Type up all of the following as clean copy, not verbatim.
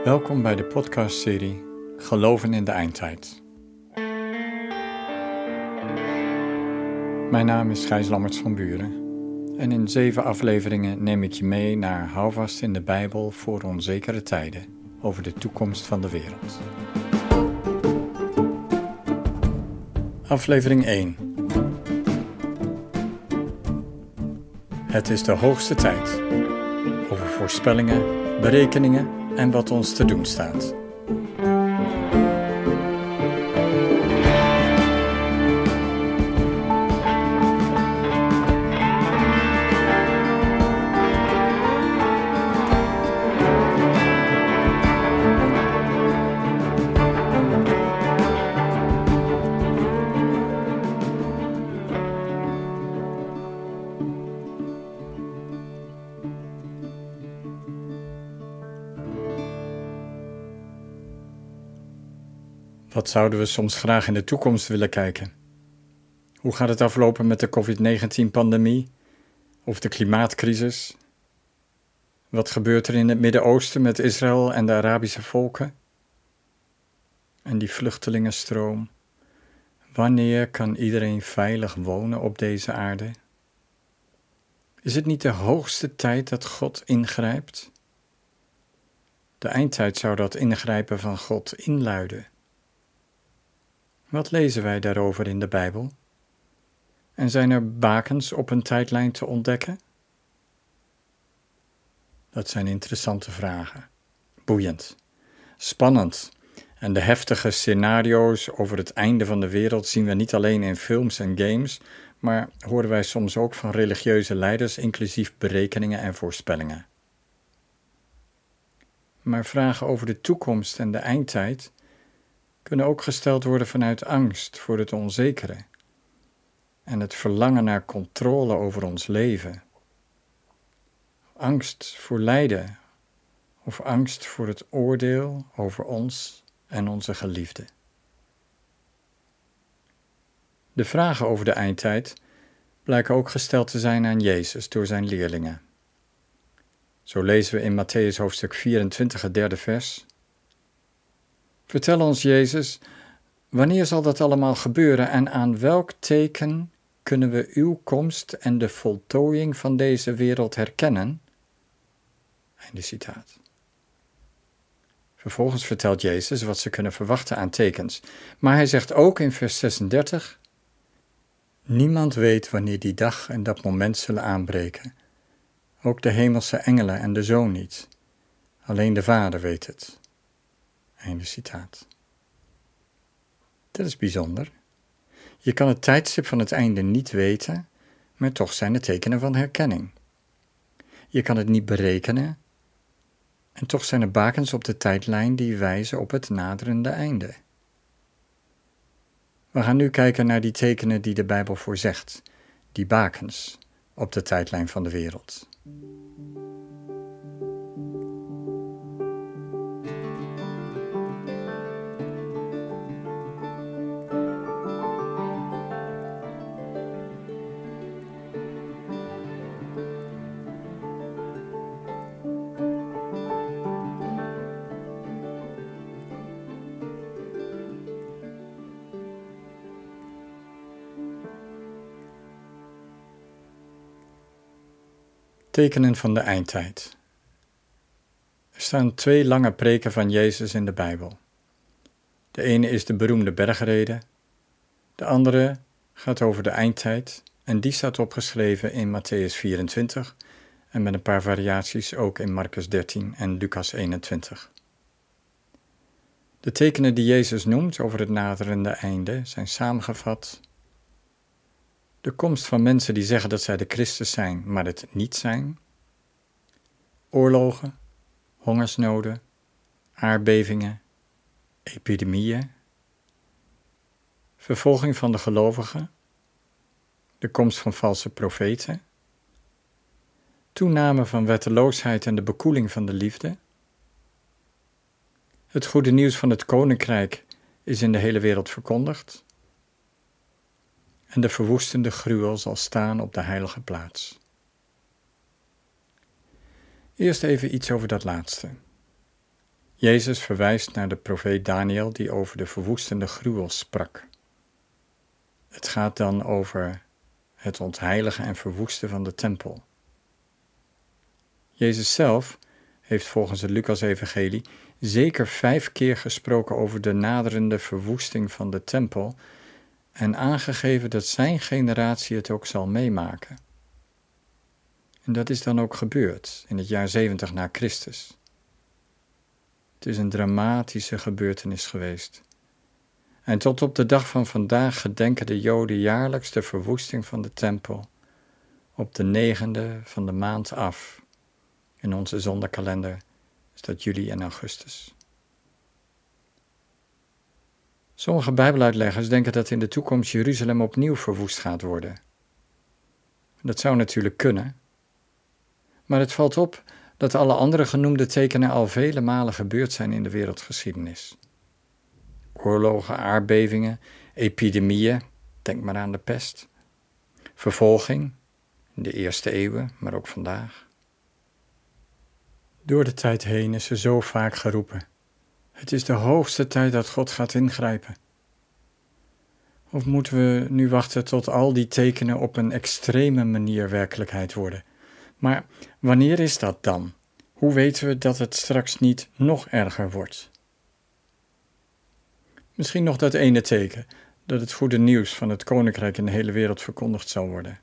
Welkom bij de podcastserie Geloven in de Eindtijd. Mijn naam is Gijs Lammerts van Buren en in 7 afleveringen neem ik je mee naar Houvast in de Bijbel voor onzekere tijden over de toekomst van de wereld. Aflevering 1. Het is de hoogste tijd. Over voorspellingen, berekeningen en wat ons te doen staat. Wat zouden we soms graag in de toekomst willen kijken? Hoe gaat het aflopen met de COVID-19-pandemie of de klimaatcrisis? Wat gebeurt er in het Midden-Oosten met Israël en de Arabische volken? En die vluchtelingenstroom? Wanneer kan iedereen veilig wonen op deze aarde? Is het niet de hoogste tijd dat God ingrijpt? De eindtijd zou dat ingrijpen van God inluiden. Wat lezen wij daarover in de Bijbel? En zijn er bakens op een tijdlijn te ontdekken? Dat zijn interessante vragen. Boeiend, spannend. En de heftige scenario's over het einde van de wereld zien we niet alleen in films en games, maar horen wij soms ook van religieuze leiders, inclusief berekeningen en voorspellingen. Maar vragen over de toekomst en de eindtijd kunnen ook gesteld worden vanuit angst voor het onzekere en het verlangen naar controle over ons leven. Angst voor lijden of angst voor het oordeel over ons en onze geliefden. De vragen over de eindtijd blijken ook gesteld te zijn aan Jezus door zijn leerlingen. Zo lezen we in Mattheüs hoofdstuk 24, het 3e vers. Vertel ons, Jezus, wanneer zal dat allemaal gebeuren en aan welk teken kunnen we uw komst en de voltooiing van deze wereld herkennen? Einde citaat. Vervolgens vertelt Jezus wat ze kunnen verwachten aan tekens, maar hij zegt ook in vers 36, niemand weet wanneer die dag en dat moment zullen aanbreken, ook de hemelse engelen en de Zoon niet, alleen de Vader weet het. Einde citaat. Dat is bijzonder. Je kan het tijdstip van het einde niet weten, maar toch zijn er tekenen van herkenning. Je kan het niet berekenen, en toch zijn er bakens op de tijdlijn die wijzen op het naderende einde. We gaan nu kijken naar die tekenen die de Bijbel voorzegt, die bakens op de tijdlijn van de wereld. Tekenen van de eindtijd. Er staan 2 lange preken van Jezus in de Bijbel. De ene is de beroemde bergrede, de andere gaat over de eindtijd en die staat opgeschreven in Mattheüs 24 en met een paar variaties ook in Marcus 13 en Lucas 21. De tekenen die Jezus noemt over het naderende einde zijn samengevat: de komst van mensen die zeggen dat zij de Christus zijn, maar het niet zijn. Oorlogen, hongersnoden, aardbevingen, epidemieën. Vervolging van de gelovigen. De komst van valse profeten. Toename van wetteloosheid en de bekoeling van de liefde. Het goede nieuws van het koninkrijk is in de hele wereld verkondigd. En de verwoestende gruwel zal staan op de heilige plaats. Eerst even iets over dat laatste. Jezus verwijst naar de profeet Daniel die over de verwoestende gruwel sprak. Het gaat dan over het ontheiligen en verwoesten van de tempel. Jezus zelf heeft volgens het Lucas-evangelie zeker 5 keer gesproken over de naderende verwoesting van de tempel en aangegeven dat zijn generatie het ook zal meemaken. En dat is dan ook gebeurd in het jaar 70 na Christus. Het is een dramatische gebeurtenis geweest. En tot op de dag van vandaag gedenken de Joden jaarlijks de verwoesting van de tempel op de 9e van de maand af. In onze zonderkalender is dat juli en augustus. Sommige Bijbeluitleggers denken dat in de toekomst Jeruzalem opnieuw verwoest gaat worden. Dat zou natuurlijk kunnen. Maar het valt op dat alle andere genoemde tekenen al vele malen gebeurd zijn in de wereldgeschiedenis. Oorlogen, aardbevingen, epidemieën, denk maar aan de pest. Vervolging, in de eerste eeuwen, maar ook vandaag. Door de tijd heen is er zo vaak geroepen: het is de hoogste tijd dat God gaat ingrijpen. Of moeten we nu wachten tot al die tekenen op een extreme manier werkelijkheid worden? Maar wanneer is dat dan? Hoe weten we dat het straks niet nog erger wordt? Misschien nog dat ene teken, dat het goede nieuws van het koninkrijk in de hele wereld verkondigd zal worden.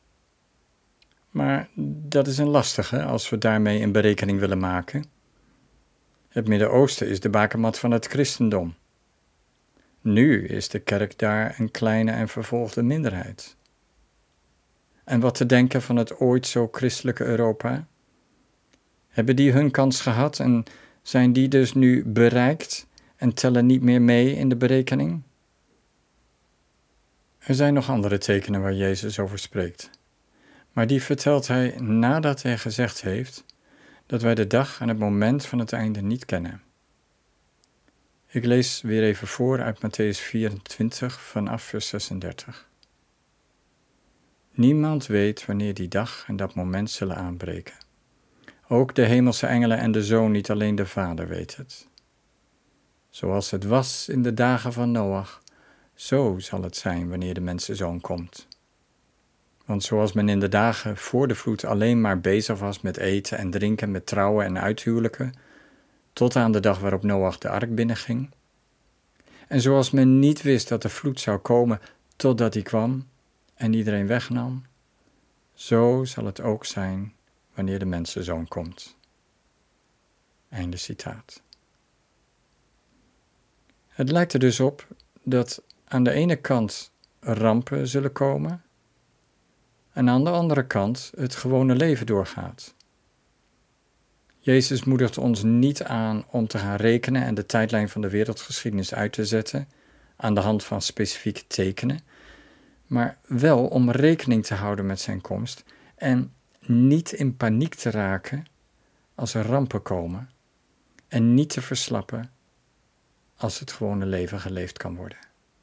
Maar dat is een lastige als we daarmee een berekening willen maken. Het Midden-Oosten is de bakermat van het christendom. Nu is de kerk daar een kleine en vervolgde minderheid. En wat te denken van het ooit zo christelijke Europa? Hebben die hun kans gehad en zijn die dus nu bereikt en tellen niet meer mee in de berekening? Er zijn nog andere tekenen waar Jezus over spreekt. Maar die vertelt hij nadat hij gezegd heeft dat wij de dag en het moment van het einde niet kennen. Ik lees weer even voor uit Mattheüs 24 vanaf vers 36. Niemand weet wanneer die dag en dat moment zullen aanbreken. Ook de hemelse engelen en de Zoon, niet alleen de Vader weet het. Zoals het was in de dagen van Noach, zo zal het zijn wanneer de mensenzoon komt. Want zoals men in de dagen voor de vloed alleen maar bezig was met eten en drinken, met trouwen en uithuwelijken, tot aan de dag waarop Noach de ark binnenging. En zoals men niet wist dat de vloed zou komen totdat die kwam en iedereen wegnam, zo zal het ook zijn wanneer de mensenzoon komt. Einde citaat. Het lijkt er dus op dat aan de ene kant rampen zullen komen en aan de andere kant het gewone leven doorgaat. Jezus moedigt ons niet aan om te gaan rekenen en de tijdlijn van de wereldgeschiedenis uit te zetten aan de hand van specifieke tekenen, maar wel om rekening te houden met zijn komst en niet in paniek te raken als er rampen komen en niet te verslappen als het gewone leven geleefd kan worden.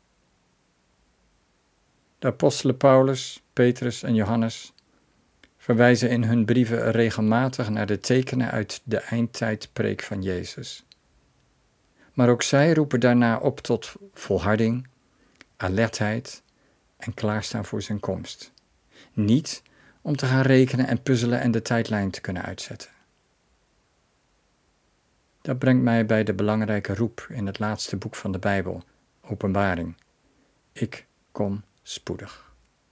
De apostelen Paulus, Petrus en Johannes verwijzen in hun brieven regelmatig naar de tekenen uit de eindtijdpreek van Jezus. Maar ook zij roepen daarna op tot volharding, alertheid en klaarstaan voor zijn komst. Niet om te gaan rekenen en puzzelen en de tijdlijn te kunnen uitzetten. Dat brengt mij bij de belangrijke roep in het laatste boek van de Bijbel, Openbaring. Ik kom spoedig.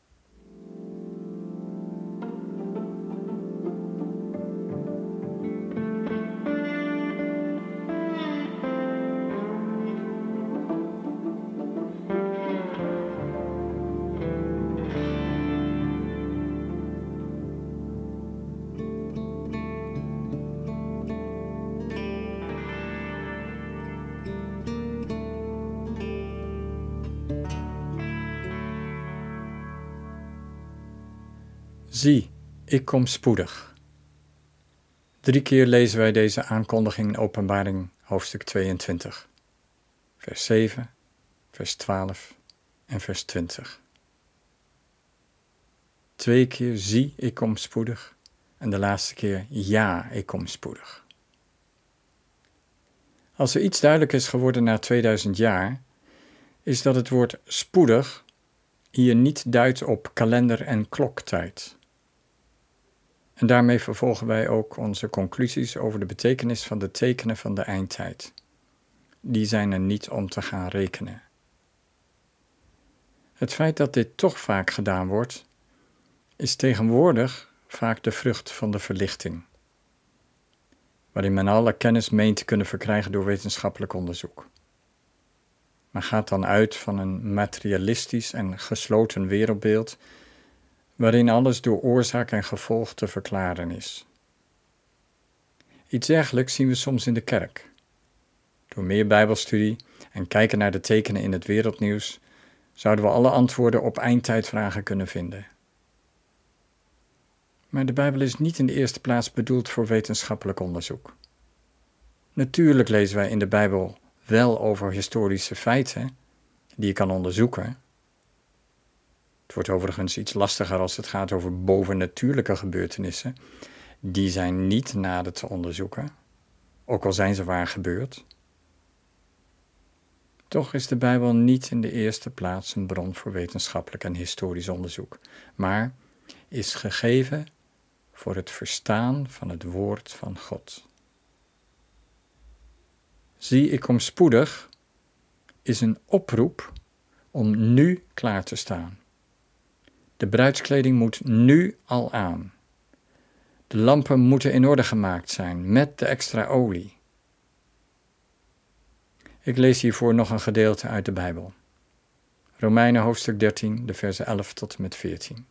Zie, ik kom spoedig. 3 keer lezen wij deze aankondiging in Openbaring hoofdstuk 22. Vers 7, vers 12 en vers 20. 2 keer zie, ik kom spoedig. En de laatste keer ja, ik kom spoedig. Als er iets duidelijk is geworden na 2000 jaar, is dat het woord spoedig hier niet duidt op kalender- en kloktijd. En daarmee vervolgen wij ook onze conclusies over de betekenis van de tekenen van de eindtijd. Die zijn er niet om te gaan rekenen. Het feit dat dit toch vaak gedaan wordt, is tegenwoordig vaak de vrucht van de verlichting, waarin men alle kennis meent te kunnen verkrijgen door wetenschappelijk onderzoek. Men gaat dan uit van een materialistisch en gesloten wereldbeeld, waarin alles door oorzaak en gevolg te verklaren is. Iets dergelijks zien we soms in de kerk. Door meer Bijbelstudie en kijken naar de tekenen in het wereldnieuws, zouden we alle antwoorden op eindtijdvragen kunnen vinden. Maar de Bijbel is niet in de eerste plaats bedoeld voor wetenschappelijk onderzoek. Natuurlijk lezen wij in de Bijbel wel over historische feiten die je kan onderzoeken. Het wordt overigens iets lastiger als het gaat over bovennatuurlijke gebeurtenissen. Die zijn niet nader te onderzoeken, ook al zijn ze waar gebeurd. Toch is de Bijbel niet in de eerste plaats een bron voor wetenschappelijk en historisch onderzoek, maar is gegeven voor het verstaan van het woord van God. Zie, ik kom spoedig is een oproep om nu klaar te staan. De bruidskleding moet nu al aan. De lampen moeten in orde gemaakt zijn met de extra olie. Ik lees hiervoor nog een gedeelte uit de Bijbel. Romeinen hoofdstuk 13, de versen 11 tot en met 14.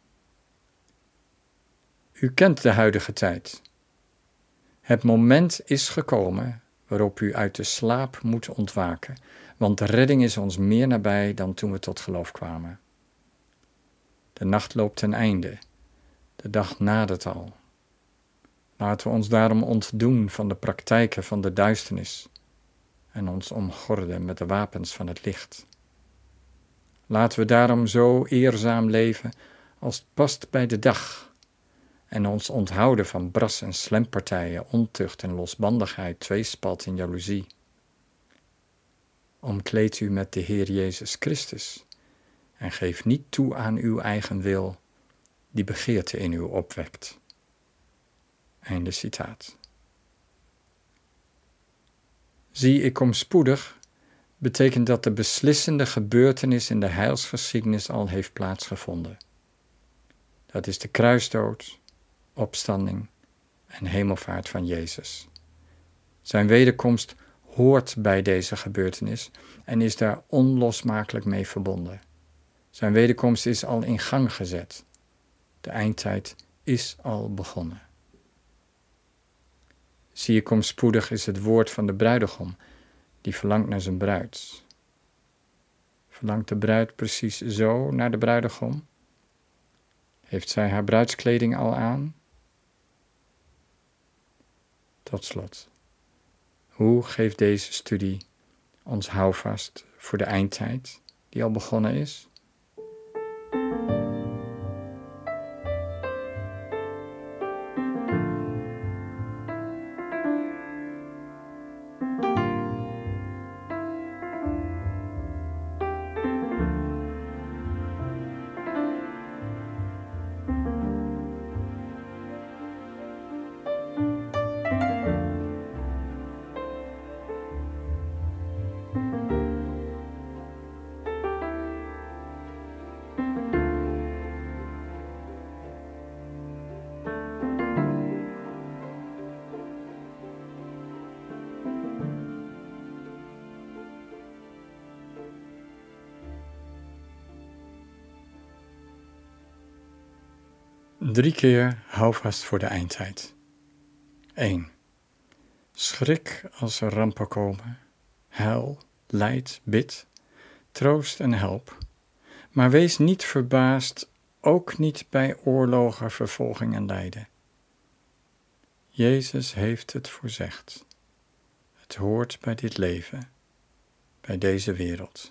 U kent de huidige tijd. Het moment is gekomen waarop u uit de slaap moet ontwaken, want de redding is ons meer nabij dan toen we tot geloof kwamen. De nacht loopt ten einde, de dag nadert al. Laten we ons daarom ontdoen van de praktijken van de duisternis en ons omgorden met de wapens van het licht. Laten we daarom zo eerzaam leven als het past bij de dag en ons onthouden van bras- en slempartijen, ontucht en losbandigheid, tweespalt en jaloezie. Omkleed u met de Heer Jezus Christus en geef niet toe aan uw eigen wil, die begeerte in u opwekt. Einde citaat. Zie, ik kom spoedig, betekent dat de beslissende gebeurtenis in de heilsgeschiedenis al heeft plaatsgevonden. Dat is de kruisdood, opstanding en hemelvaart van Jezus. Zijn wederkomst hoort bij deze gebeurtenis en is daar onlosmakelijk mee verbonden. Zijn wederkomst is al in gang gezet. De eindtijd is al begonnen. Zie, ik kom spoedig is het woord van de bruidegom, die verlangt naar zijn bruid. Verlangt de bruid precies zo naar de bruidegom? Heeft zij haar bruidskleding al aan? Tot slot, hoe geeft deze studie ons houvast voor de eindtijd die al begonnen is? Drie keer houvast voor de eindtijd. 1. Schrik als er rampen komen. Huil, lijd, bid, troost en help. Maar wees niet verbaasd, ook niet bij oorlogen, vervolging en lijden. Jezus heeft het voorzegd. Het hoort bij dit leven, bij deze wereld.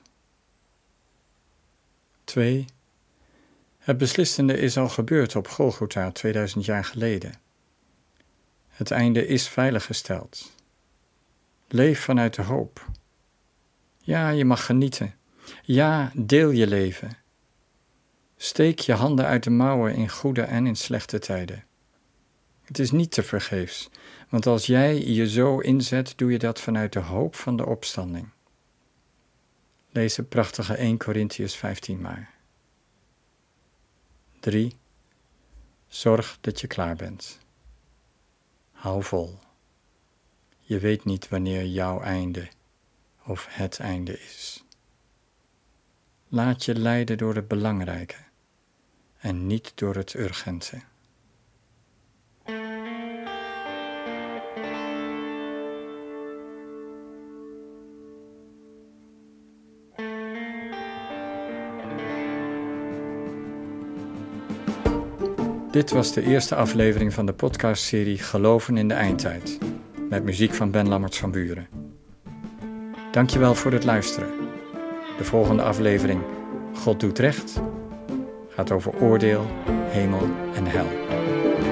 2. Het beslissende is al gebeurd op Golgotha 2000 jaar geleden. Het einde is veiliggesteld. Leef vanuit de hoop. Ja, je mag genieten. Ja, deel je leven. Steek je handen uit de mouwen in goede en in slechte tijden. Het is niet tevergeefs, want als jij je zo inzet, doe je dat vanuit de hoop van de opstanding. Lees het prachtige 1 Korintiërs 15 maar. 3. Zorg dat je klaar bent. Hou vol. Je weet niet wanneer jouw einde of het einde is. Laat je leiden door het belangrijke en niet door het urgente. Dit was de eerste aflevering van de podcastserie Geloven in de Eindtijd, met muziek van Ben Lammerts van Buren. Dankjewel voor het luisteren. De volgende aflevering, God doet recht, gaat over oordeel, hemel en hel.